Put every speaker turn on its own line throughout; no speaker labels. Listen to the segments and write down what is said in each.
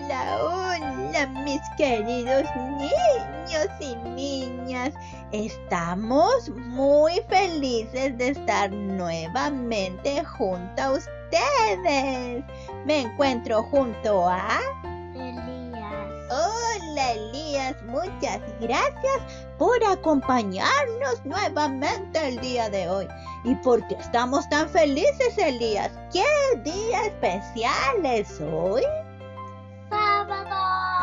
Hola, mis queridos niños y niñas. Estamos muy felices de estar nuevamente junto a ustedes. Me encuentro junto a
Elías.
Hola, Elías. Muchas gracias por acompañarnos nuevamente el día de hoy. ¿Y por qué estamos tan felices, Elías? ¿Qué día especial es hoy?
¡Sábado!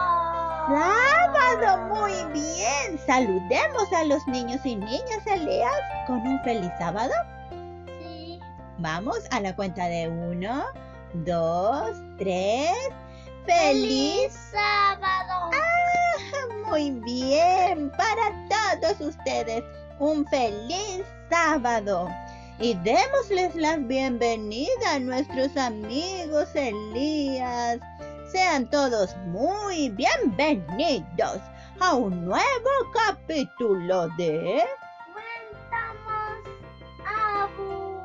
¡Sábado! Muy bien. Saludemos a los niños y niñas, Elías, con un feliz sábado.
Sí.
Vamos a la cuenta de 1, 2, 3. ¡Feliz
sábado!
Muy bien, para todos ustedes, un feliz sábado. Y démosles la bienvenida a nuestros amigos Elías. Sean todos muy bienvenidos a un nuevo capítulo de
Cuéntanos, Abu.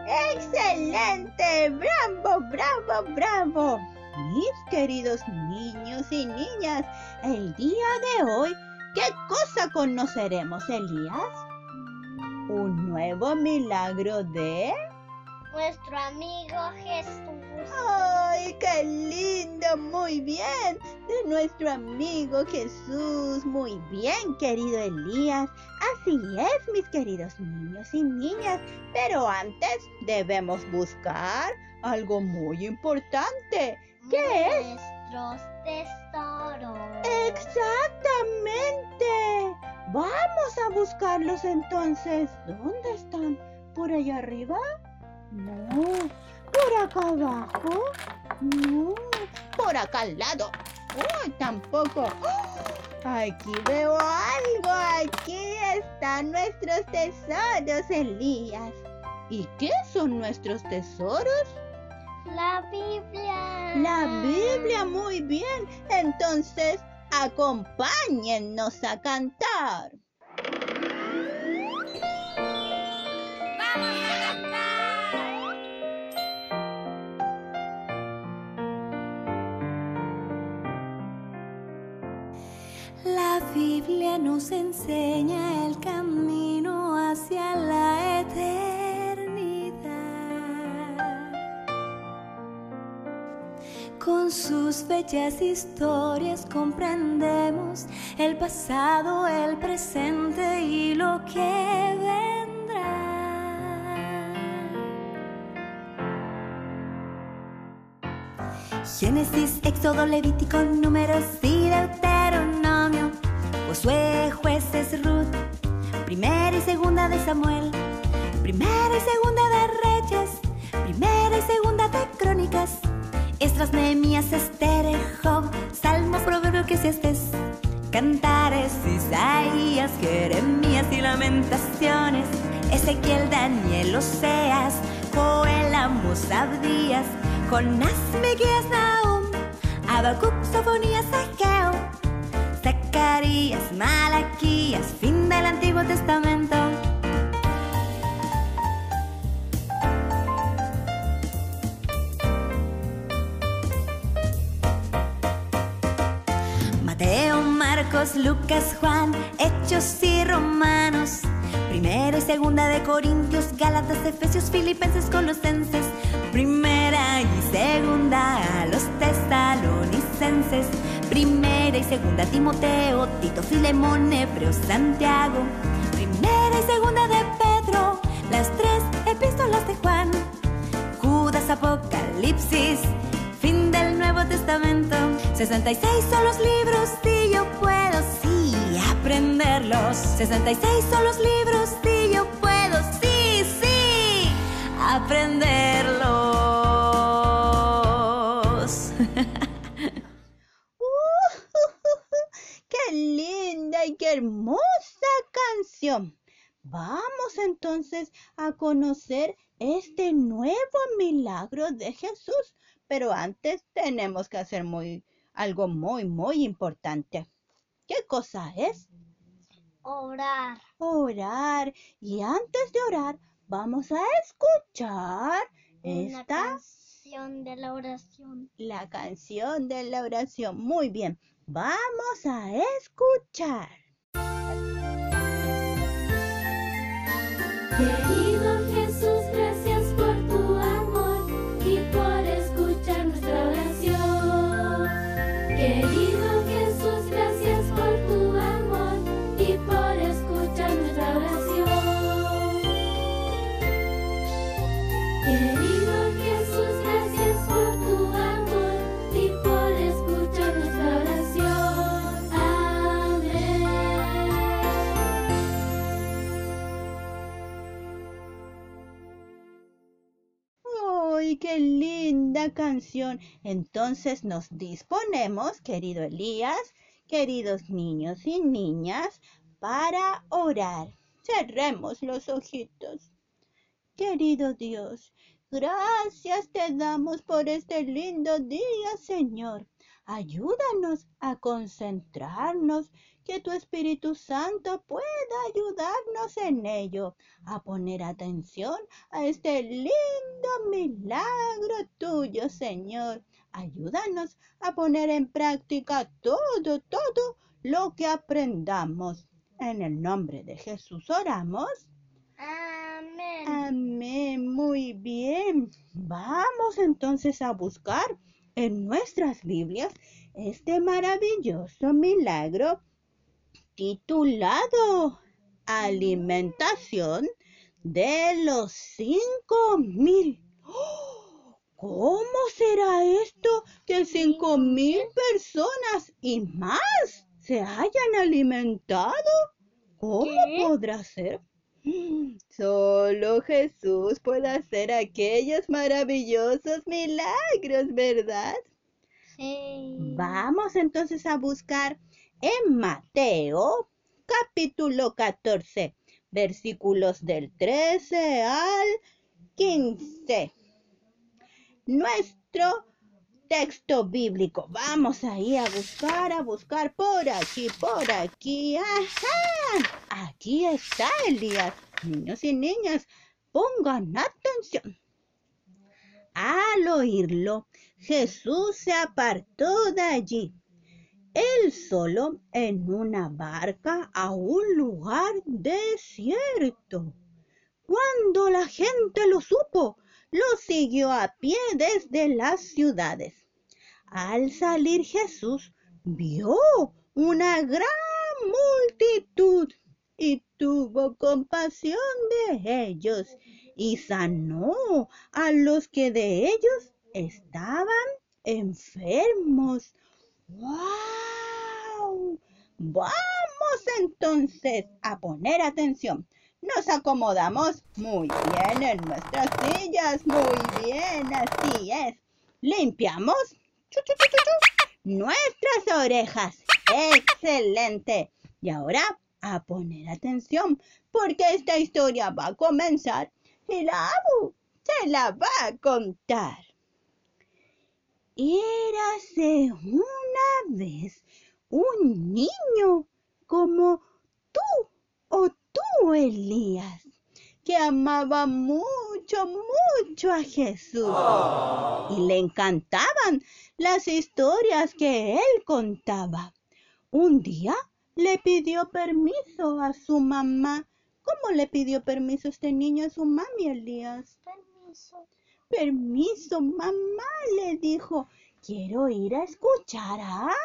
¡Excelente! ¡Bravo, bravo, bravo! Mis queridos niños y niñas, el día de hoy, ¿qué cosa conoceremos, Elías? Un nuevo milagro de
Nuestro amigo Jesús.
¡Ay, qué lindo! Muy bien, de nuestro amigo Jesús. Muy bien, querido Elías. Así es, mis queridos niños y niñas. Pero antes debemos buscar algo muy importante. ¿Qué es?
Nuestros tesoros.
¡Exactamente! Vamos a buscarlos entonces. ¿Dónde están? ¿Por allá arriba? No. ¿Por acá abajo? No. ¿Por acá al lado? Tampoco. Aquí veo algo. Aquí están nuestros tesoros, Elías. ¿Y qué son nuestros tesoros?
La Biblia.
La Biblia, muy bien. Entonces, acompáñennos a cantar.
¡Vamos a cantar!
La Biblia nos enseña el camino hacia la eternidad. Con sus bellas historias comprendemos el pasado, el presente y lo que vendrá. Génesis, Éxodo, Levítico, Números y Deuteronomio, Josué, Jueces, Ruth, Primera y Segunda de Samuel, Primera y Segunda de Reyes, Primera y Segunda de Crónicas, Esdras, Nehemías, Esther, Job, Salmos, Proverbios, Eclesiastés, Cantares, Isaías, Jeremías y Lamentaciones, Ezequiel, Daniel, Oseas, Joel, Amós, Abdías, Jonás, Miqueas, Nahum, Habacuc, Sofonías, Ageo, Zacarías, Malaquías, fin del Antiguo Testamento. Mateo, Marcos, Lucas, Juan, Hechos y Romanos, Primera y Segunda de Corintios, Gálatas, Efesios, Filipenses, Colosenses, Primera y Segunda a los Tesalonicenses, Primera y Segunda Timoteo, Tito, Filemón, Hebreo, Santiago, Primera y Segunda de Pedro, las 3 epístolas de Juan, Judas, Apocalipsis, fin del Nuevo Testamento. 66 son los libros y yo puedo, sí, aprenderlos. 66 son los libros y yo puedo, sí, sí, aprenderlos.
¡Qué linda y qué hermosa canción! Vamos entonces a conocer este nuevo milagro de Jesús. Pero antes tenemos que hacer algo muy importante. ¿Qué cosa es?
Orar.
Orar. Y antes de orar, vamos a escuchar
Una
esta
canción de la oración.
La canción de la oración. Muy bien. Vamos a escuchar.
Querido Jesús, gracias por tu amor y por escuchar nuestra oración. Querido Jesús, gracias por tu amor y por escuchar nuestra oración. Querido Jesús, gracias por tu amor y por escuchar nuestra oración. Amén.
¡Ay, qué linda canción! Entonces nos disponemos, querido Elías, queridos niños y niñas, para orar. Cerremos los ojitos. Querido Dios, gracias te damos por este lindo día, Señor. Ayúdanos a concentrarnos, que tu Espíritu Santo pueda ayudarnos en ello, a poner atención a este lindo milagro tuyo, Señor. Ayúdanos a poner en práctica todo lo que aprendamos. En el nombre de Jesús oramos.
Amén.
Amén, muy bien. Vamos entonces a buscar en nuestras Biblias este maravilloso milagro titulado Alimentación de los 5,000. ¡Oh! ¿Cómo será esto que 5,000 personas y más se hayan alimentado? ¿Cómo podrá ser? Solo Jesús puede hacer aquellos maravillosos milagros, ¿verdad?
Sí.
Vamos entonces a buscar en Mateo, capítulo 14, versículos del 13 al 15. Nuestro texto bíblico. Vamos ahí a buscar por aquí. ¡Ajá! Aquí está Elías. Niños y niñas, pongan atención. Al oírlo, Jesús se apartó de allí, él solo en una barca a un lugar desierto. Cuando la gente lo supo, lo siguió a pie desde las ciudades. Al salir Jesús vio una gran multitud y tuvo compasión de ellos y sanó a los que de ellos estaban enfermos. ¡Wow! Vamos entonces a poner atención. Nos acomodamos muy bien en nuestras sillas, muy bien, así es. Limpiamos nuestras orejas. ¡Excelente! Y ahora a poner atención, porque esta historia va a comenzar y la Abu se la va a contar. Érase una vez un niño como tú Elías, que amaba mucho a Jesús y le encantaban las historias que él contaba. Un día le pidió permiso a su mamá. ¿Cómo le pidió permiso este niño a su mami, Elías? Permiso, mamá, le dijo. Quiero ir a escuchar a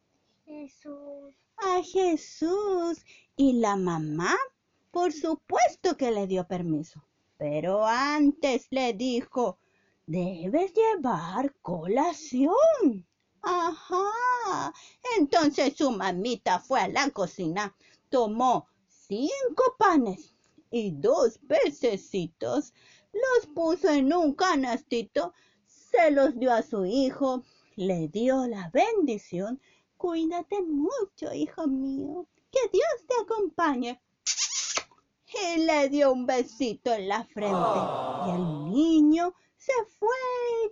Jesús. Y la mamá, por supuesto que le dio permiso. Pero antes le dijo, debes llevar colación. Ajá. Entonces su mamita fue a la cocina, tomó 5 panes y 2 pececitos, los puso en un canastito, se los dio a su hijo, le dio la bendición. Cuídate mucho, hijo mío, que Dios te acompañe. Y le dio un besito en la frente. Y el niño se fue,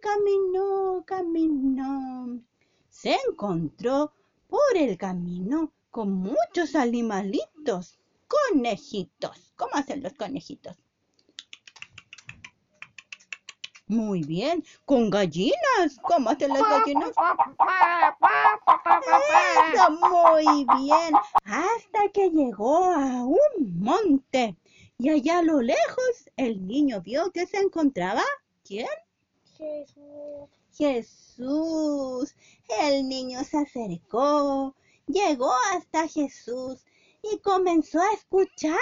caminó. Se encontró por el camino con muchos animalitos, conejitos. ¿Cómo hacen los conejitos? Muy bien, con gallinas. ¿Cómo hacen las gallinas? Eso, muy bien. Hasta que llegó a un monte. Y allá a lo lejos el niño vio que se encontraba. ¿Quién?
Jesús.
Jesús. El niño se acercó, llegó hasta Jesús y comenzó a escuchar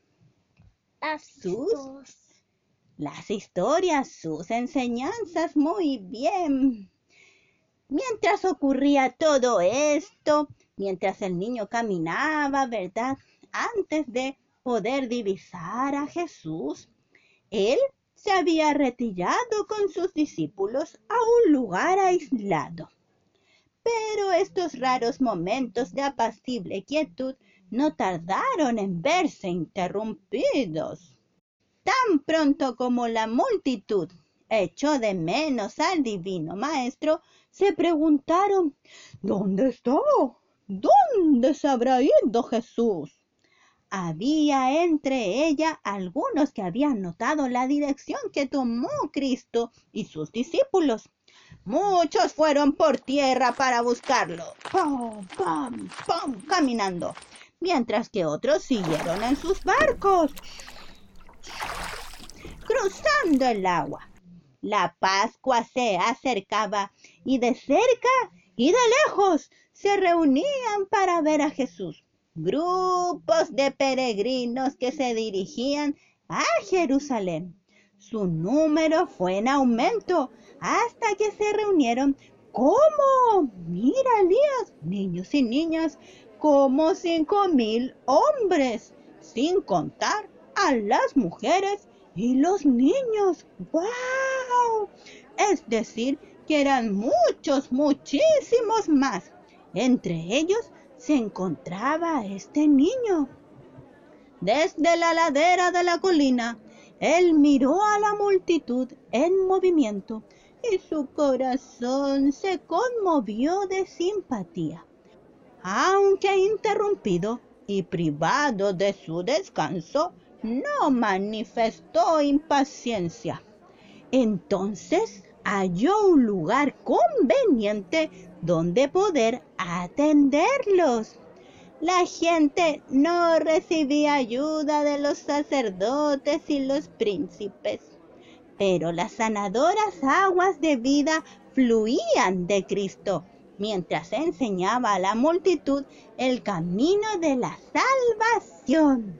las historias, sus enseñanzas. Muy bien. Mientras ocurría todo esto, mientras el niño caminaba, ¿verdad? Antes de poder divisar a Jesús, él se había retirado con sus discípulos a un lugar aislado. Pero estos raros momentos de apacible quietud no tardaron en verse interrumpidos. Tan pronto como la multitud echó de menos al divino maestro, se preguntaron: ¿dónde está? ¿Dónde se habrá ido Jesús? Había entre ella algunos que habían notado la dirección que tomó Cristo y sus discípulos. Muchos fueron por tierra para buscarlo, ¡pum, pum, pum!, caminando, mientras que otros siguieron en sus barcos, cruzando el agua. La Pascua se acercaba y de cerca y de lejos se reunían para ver a Jesús. Grupos de peregrinos que se dirigían a Jerusalén. Su número fue en aumento hasta que se reunieron como, mira Elías, niños y niñas, como 5,000 hombres, sin contar a las mujeres y los niños. ¡Wow! Es decir, que eran muchos, muchísimos más. Entre ellos se encontraba este niño. Desde la ladera de la colina, él miró a la multitud en movimiento y su corazón se conmovió de simpatía. Aunque interrumpido y privado de su descanso, no manifestó impaciencia. Entonces halló un lugar conveniente donde poder atenderlos. La gente no recibía ayuda de los sacerdotes y los príncipes, pero las sanadoras aguas de vida fluían de Cristo, mientras enseñaba a la multitud el camino de la salvación.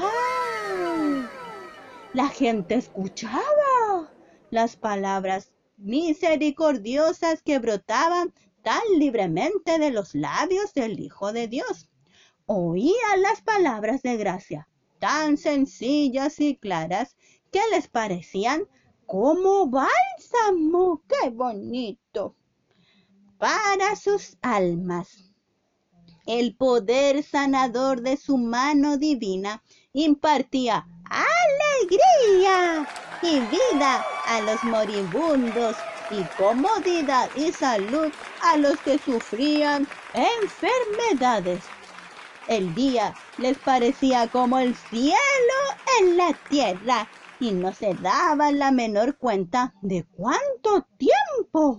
¡Wow! La gente escuchaba las palabras misericordiosas que brotaban tan libremente de los labios del Hijo de Dios. Oía las palabras de gracia, tan sencillas y claras, que les parecían como bálsamo. ¡Qué bonito! Para sus almas. El poder sanador de su mano divina impartía alegría y vida a los moribundos y comodidad y salud a los que sufrían enfermedades. El día les parecía como el cielo en la tierra y no se daban la menor cuenta de cuánto tiempo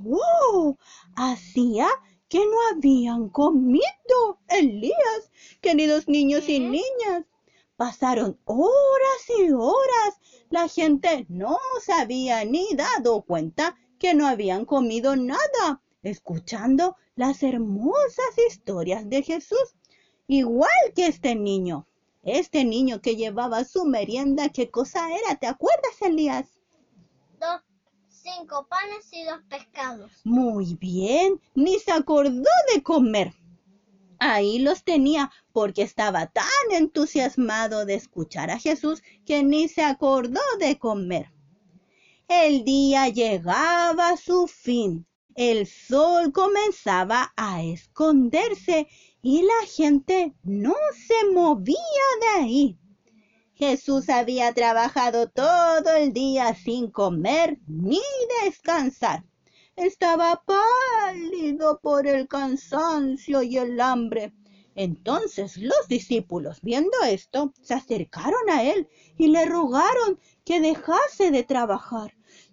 hacía que no habían comido. Elías, queridos niños y niñas, pasaron horas y horas. La gente no se había ni dado cuenta que no habían comido nada, escuchando las hermosas historias de Jesús. Igual que este niño que llevaba su merienda. ¿Qué cosa era? ¿Te acuerdas, Elías?
5 panes y 2 pescados.
Muy bien, ni se acordó de comer. Ahí los tenía porque estaba tan entusiasmado de escuchar a Jesús que ni se acordó de comer. El día llegaba a su fin. El sol comenzaba a esconderse y la gente no se movía de ahí. Jesús había trabajado todo el día sin comer ni descansar. Estaba pálido por el cansancio y el hambre. Entonces los discípulos, viendo esto, se acercaron a él y le rogaron que dejase de trabajar.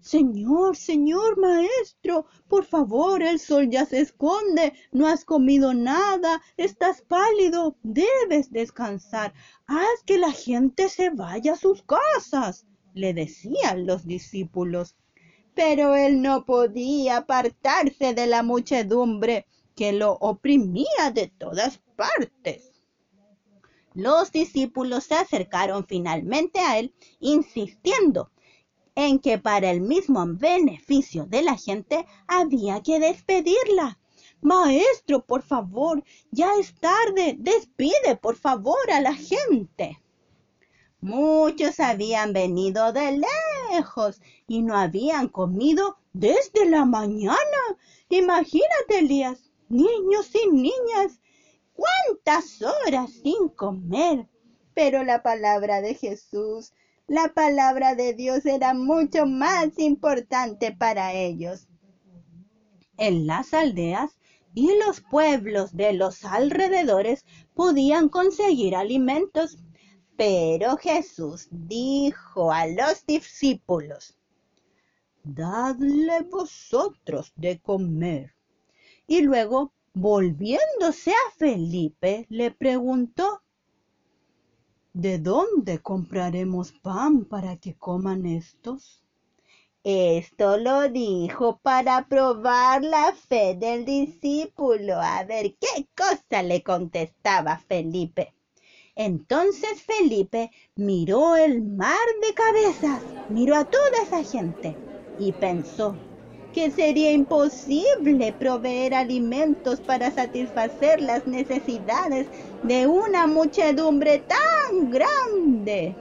Señor, señor maestro, por favor, el sol ya se esconde, no has comido nada, estás pálido, debes descansar, haz que la gente se vaya a sus casas, le decían los discípulos. Pero él no podía apartarse de la muchedumbre que lo oprimía de todas partes. Los discípulos se acercaron finalmente a él, insistiendo en que para el mismo beneficio de la gente había que despedirla. Maestro, por favor, ya es tarde, despide por favor a la gente. Muchos habían venido de lejos y no habían comido desde la mañana. Imagínate, Elías, niños y niñas, cuántas horas sin comer. Pero la palabra de Jesús, la palabra de Dios era mucho más importante para ellos. En las aldeas y los pueblos de los alrededores podían conseguir alimentos. Pero Jesús dijo a los discípulos, dadle vosotros de comer. Y luego, volviéndose a Felipe, le preguntó, ¿de dónde compraremos pan para que coman estos? Esto lo dijo para probar la fe del discípulo, a ver qué cosa le contestaba Felipe. Entonces Felipe miró el mar de cabezas, miró a toda esa gente y pensó que sería imposible proveer alimentos para satisfacer las necesidades de una muchedumbre tan grande.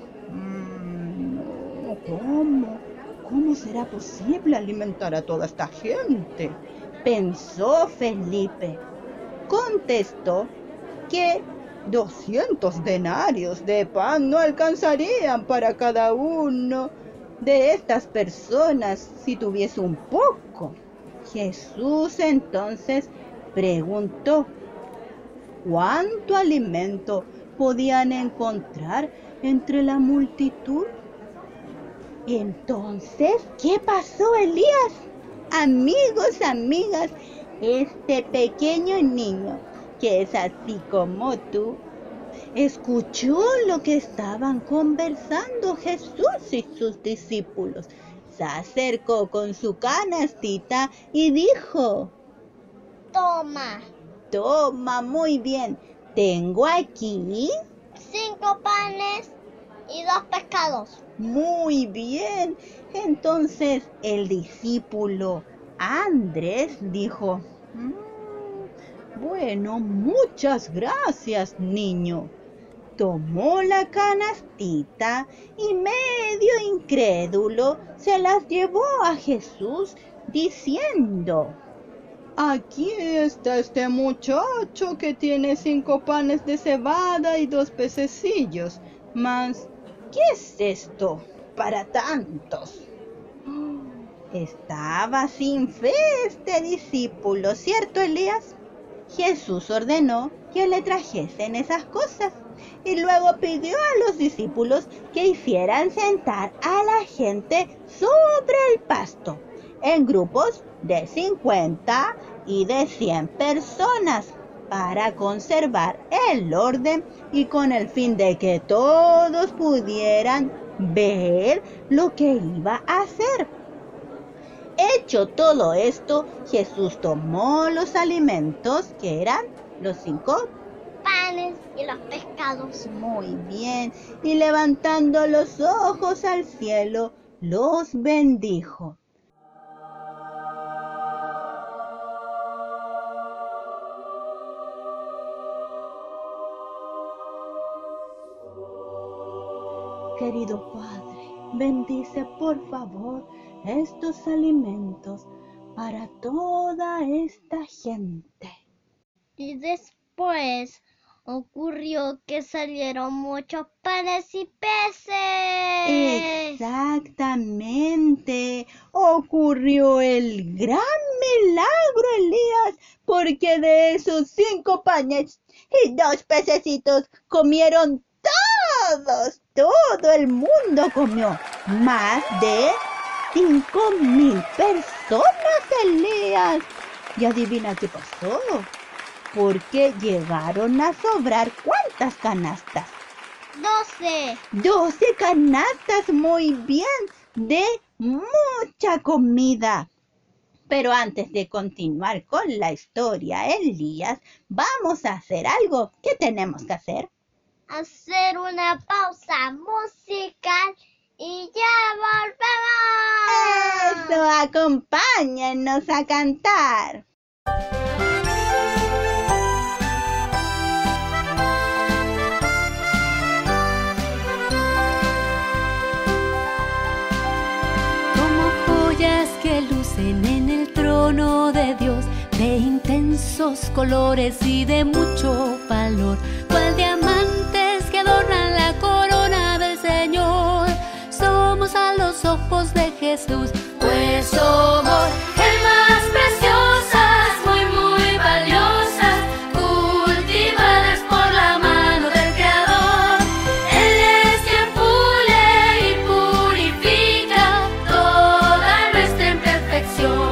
¿Cómo será posible alimentar a toda esta gente?, pensó Felipe. Contestó que 200 denarios de pan no alcanzarían para cada uno de estas personas si tuviese un poco. Jesús entonces preguntó, ¿cuánto alimento podían encontrar entre la multitud? Entonces, ¿qué pasó, Elías? Amigos, amigas, este pequeño niño, que es así como tú, escuchó lo que estaban conversando Jesús y sus discípulos. Se acercó con su canastita y dijo, Toma, muy bien. Tengo aquí
5 panes y 2 pescados.
Muy bien. Entonces el discípulo Andrés dijo, bueno, muchas gracias, niño. Tomó la canastita y medio incrédulo se las llevó a Jesús diciendo, aquí está este muchacho que tiene 5 panes de cebada y 2 pececillos. Mas, ¿qué es esto para tantos? Estaba sin fe este discípulo, ¿cierto, Elías? Jesús ordenó que le trajesen esas cosas y luego pidió a los discípulos que hicieran sentar a la gente sobre el pasto en grupos de 50 y de 100 personas para conservar el orden y con el fin de que todos pudieran ver lo que iba a hacer. Hecho todo esto, Jesús tomó los alimentos, que eran los 5
panes y los pescados.
Muy bien, y levantando los ojos al cielo, los bendijo. Querido Padre, bendice por favor estos alimentos para toda esta gente.
Y después ocurrió que salieron muchos panes y peces.
Exactamente. Ocurrió el gran milagro, Elías, porque de esos 5 panes y 2 pececitos comieron todos. Todo el mundo comió más de 5,000 personas, Elías. Y adivina qué pasó. Porque llegaron a sobrar ¿cuántas canastas?
12.
12 canastas, muy bien, de mucha comida. Pero antes de continuar con la historia, Elías, vamos a hacer algo. ¿Qué tenemos que hacer?
Hacer una pausa musical y ya volvemos.
Eso, acompáñennos a cantar.
Que lucen en el trono de Dios, de intensos colores y de mucho valor, cual diamantes que adornan la corona del Señor. Somos a los ojos de Jesús, pues somos el más preciosas, muy muy valiosas, cultivadas por la mano del Creador. Él es quien pule y purifica toda nuestra imperfección.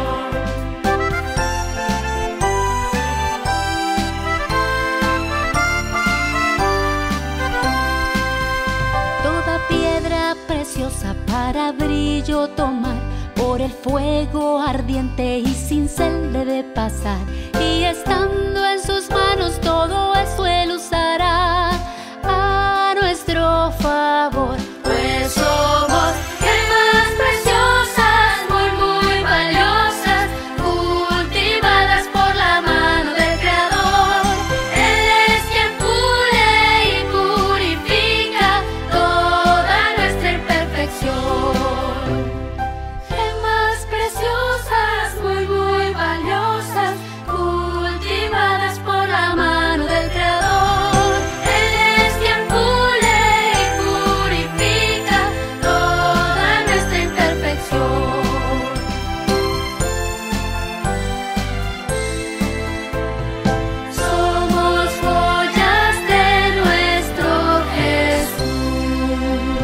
Toda piedra preciosa para brillo tomar, por el fuego ardiente y sin cel de pasar, y estando en sus manos todo eso él usará a nuestro favor. Pues somos el más preciosas, muy muy valiosas, cultivadas por la mano del Creador. Él es quien pule y purifica toda nuestra imperfección. El más preciosas, muy muy valiosas, cultivadas por la mano del Creador. Él es quien pule y purifica toda nuestra imperfección. Somos joyas de nuestro Jesús.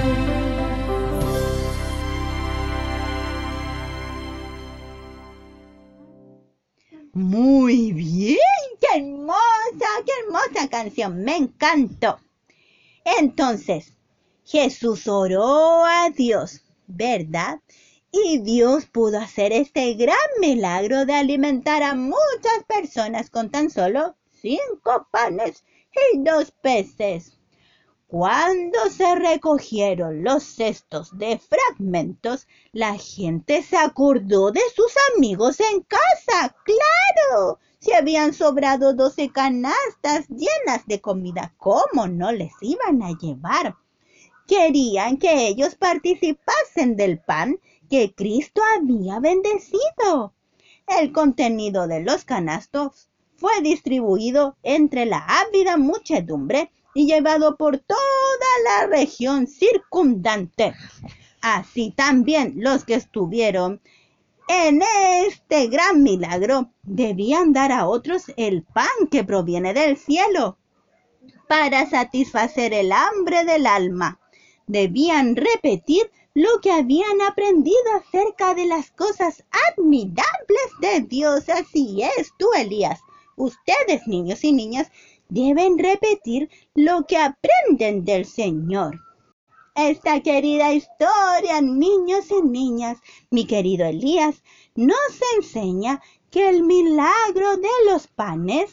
Muy bien, qué hermosa canción, me encantó. Entonces, Jesús oró a Dios, ¿verdad? Y Dios pudo hacer este gran milagro de alimentar a muchas personas con tan solo 5 panes y 2 peces. Cuando se recogieron los cestos de fragmentos, la gente se acordó de sus amigos en casa. ¡Claro! Si habían sobrado 12 canastas llenas de comida, ¿cómo no les iban a llevar? Querían que ellos participasen del pan que Cristo había bendecido. El contenido de los canastos fue distribuido entre la ávida muchedumbre y llevado por toda la región circundante. Así también los que estuvieron en este gran milagro debían dar a otros el pan que proviene del cielo. Para satisfacer el hambre del alma, debían repetir lo que habían aprendido acerca de las cosas admirables de Dios. Así es, tú, Elías. Ustedes, niños y niñas, deben repetir lo que aprenden del Señor. Esta querida historia, niños y niñas, mi querido Elías, nos enseña que el milagro de los panes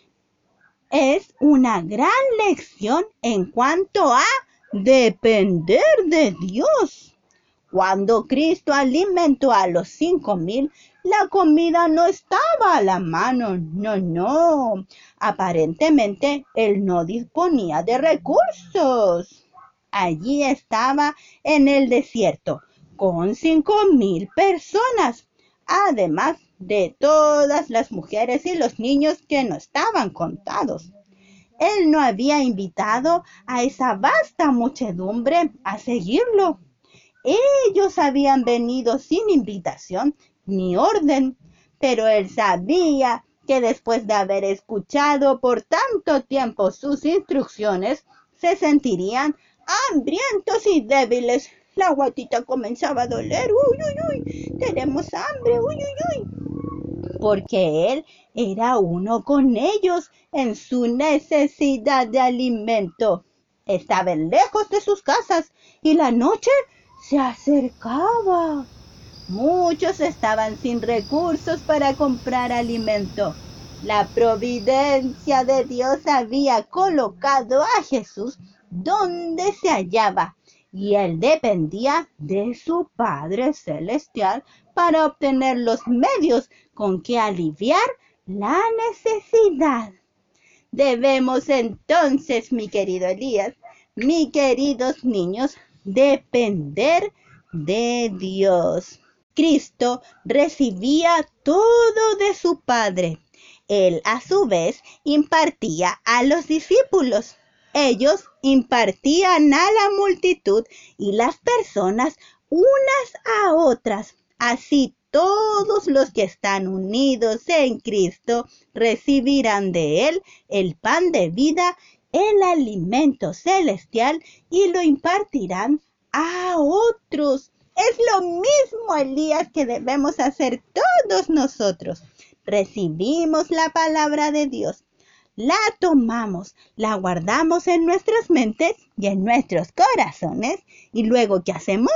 es una gran lección en cuanto a depender de Dios. Cuando Cristo alimentó a los 5,000, la comida no estaba a la mano, no. Aparentemente, él no disponía de recursos. Allí estaba en el desierto, con 5,000 personas, además de todas las mujeres y los niños que no estaban contados. Él no había invitado a esa vasta muchedumbre a seguirlo. Ellos habían venido sin invitación ni orden, pero él sabía que después de haber escuchado por tanto tiempo sus instrucciones, se sentirían hambrientos y débiles La guatita comenzaba a doler. ¡Uy, uy, uy! Tenemos hambre. ¡Uy, uy, uy! Porque él era uno con ellos en su necesidad de alimento. Estaban lejos de sus casas y la noche se acercaba. Muchos estaban sin recursos para comprar alimento. La providencia de Dios había colocado a Jesús donde se hallaba y él dependía de su Padre Celestial para obtener los medios con que aliviar la necesidad. Debemos entonces, mi querido Elías, mis queridos niños, depender de Dios. Cristo recibía todo de su Padre. Él, a su vez, impartía a los discípulos. Ellos impartían a la multitud y las personas unas a otras. Así todos los que están unidos en Cristo recibirán de Él el pan de vida, el alimento celestial y lo impartirán a otros. Es lo mismo, Elías, que debemos hacer todos nosotros. Recibimos la palabra de Dios, la tomamos, la guardamos en nuestras mentes y en nuestros corazones y luego, ¿qué hacemos?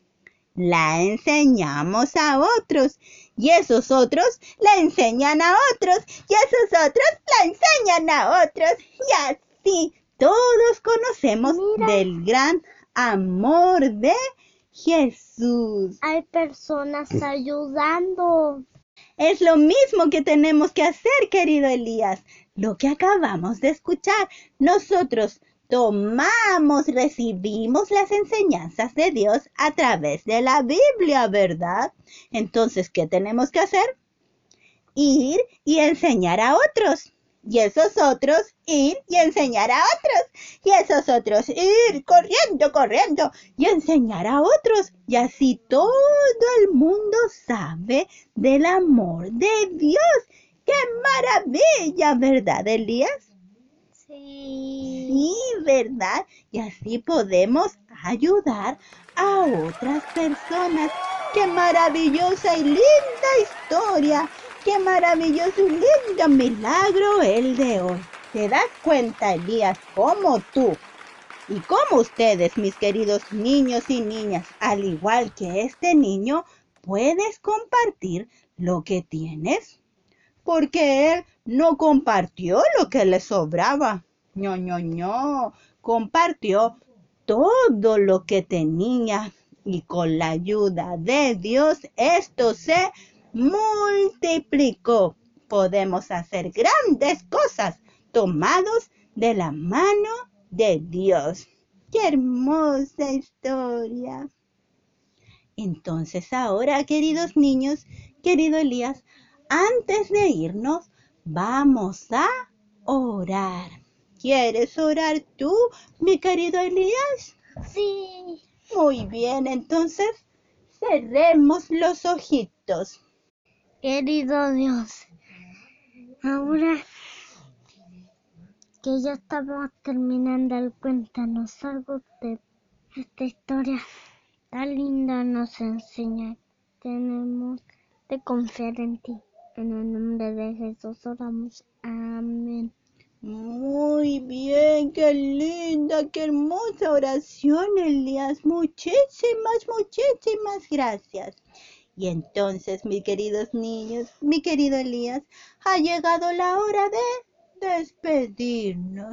La enseñamos a otros y esos otros la enseñan a otros y esos otros la enseñan a otros y así todos conocemos del gran amor de Jesús.
Hay personas ayudando.
Es lo mismo que tenemos que hacer, querido Elías. Lo que acabamos de escuchar. Nosotros tomamos, recibimos las enseñanzas de Dios a través de la Biblia, ¿verdad? Entonces, ¿qué tenemos que hacer? Ir y enseñar a otros. Y esos otros ir y enseñar a otros. Y esos otros ir corriendo y enseñar a otros. Y así todo el mundo sabe del amor de Dios. ¡Qué maravilla! ¿Verdad, Elías?
Sí.
Sí, ¿verdad? Y así podemos ayudar a otras personas. ¡Qué maravillosa y linda historia! ¡Qué maravilloso y lindo milagro el de hoy! ¿Te das cuenta, Elías, cómo tú y como ustedes, mis queridos niños y niñas, al igual que este niño, puedes compartir lo que tienes? Porque él no compartió lo que le sobraba. No. Compartió todo lo que tenía y con la ayuda de Dios esto se multiplicó. Podemos hacer grandes cosas tomados de la mano de Dios. ¡Qué hermosa historia! Entonces ahora, queridos niños, querido Elías, antes de irnos, vamos a orar. ¿Quieres orar tú, mi querido Elías?
Sí.
Muy bien, entonces cerremos los ojitos.
Querido Dios, ahora que ya estamos terminando el cuéntanos algo de esta historia tan linda, nos enseña. Tenemos de confiar en ti. En el nombre de Jesús oramos. Amén.
Muy bien, qué linda, qué hermosa oración, Elías. Muchísimas gracias. Y entonces, mis queridos niños, mi querido Elías, ha llegado la hora de despedirnos.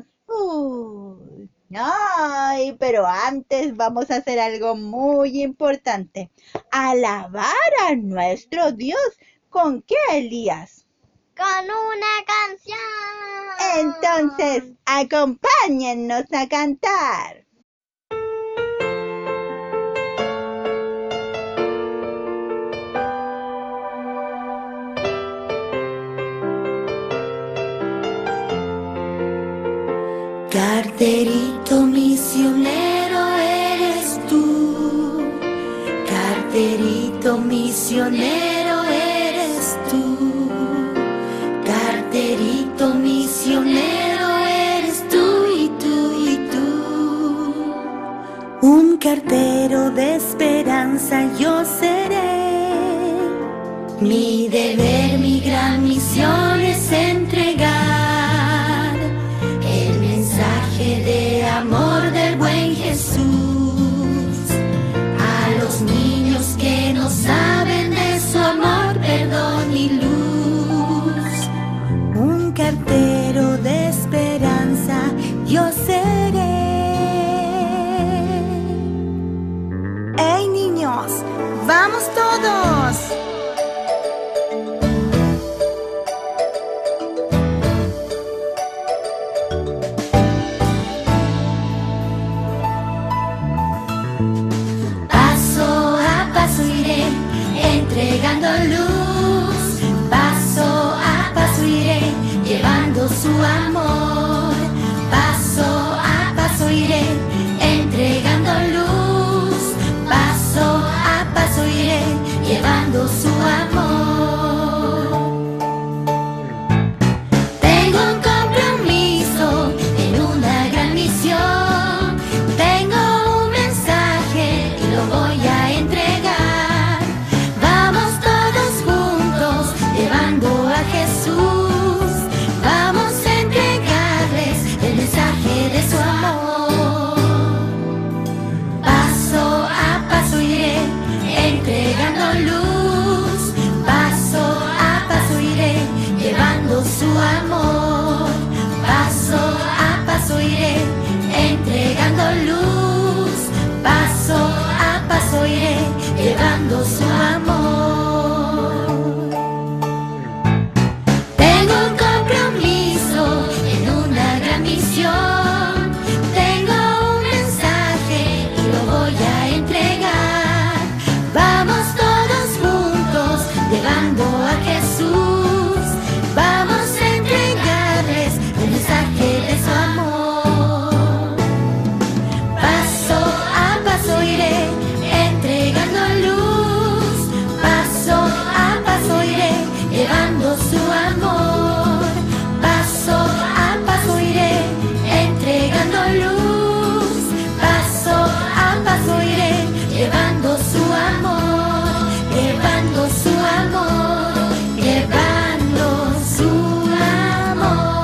Ay, pero antes vamos a hacer algo muy importante. Alabar a nuestro Dios. ¿Con qué, Elías?
Con una canción.
Entonces, acompáñennos a cantar.
Carterito misionero eres tú, carterito misionero eres tú, carterito misionero eres tú y tú y tú. Un cartero de esperanza yo seré. Mi deber, mi gran misión es entregar el mensaje de amor del buen Jesús a los niños que no saben de su amor, perdón y luz. Un cartero de esperanza yo seré. ¡Hey, niños! ¡Vamos todos! Paso a paso iré entregando luz. Paso a paso iré llevando su amor. Paso a paso iré entregando luz. Paso a paso iré llevando su amor. Tengo un compromiso en una gran misión. Tengo un mensaje y lo voy a entregar. Vamos todos juntos llevando a Jesús. Vamos a entregarles el mensaje de su amor. Paso a paso iré entregando luz. Paso a paso iré llevando su amor. Paso a paso iré entregando luz. Paso a paso iré llevando su amor. Tengo un compromiso en una gran misión. Tengo un mensaje y lo voy a entregar. Vamos todos juntos llevando a Jesús. Vamos a entregarles el mensaje de su amor. Paso a paso iré entregando luz. Paso a paso iré llevando su amor. Paso a paso iré entregando luz. Paso a paso iré llevando su amor. Llevando su amor. Llevando su amor.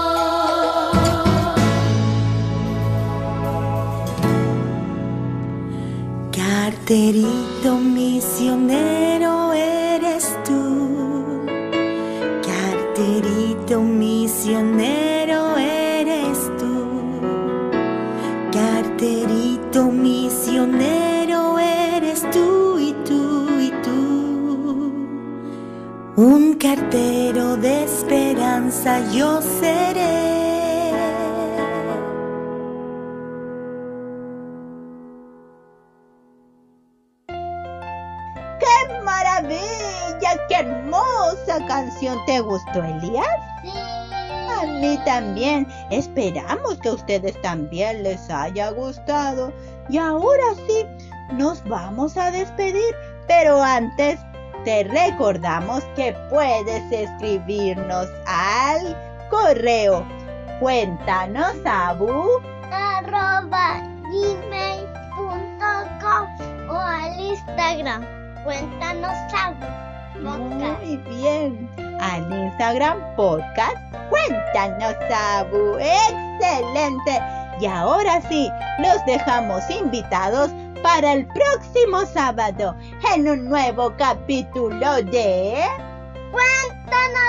Carterito misionero eres tú. Carterito misionero eres tú. Carterito misionero eres tú y tú y tú. Un cartero de esperanza yo seré.
¡Qué maravilla! ¡Qué hermosa canción! ¿Te gustó, Elías?
Sí.
A mí también. Esperamos que a ustedes también les haya gustado. Y ahora sí, nos vamos a despedir. Pero antes, te recordamos que puedes escribirnos al correo
@gmail.com o al Instagram. Cuéntanos algo.
Muy bien. Al Instagram podcast Cuéntanos Abu. ¡Excelente! Y ahora sí, los dejamos invitados para el próximo sábado en un nuevo capítulo de
Cuéntanos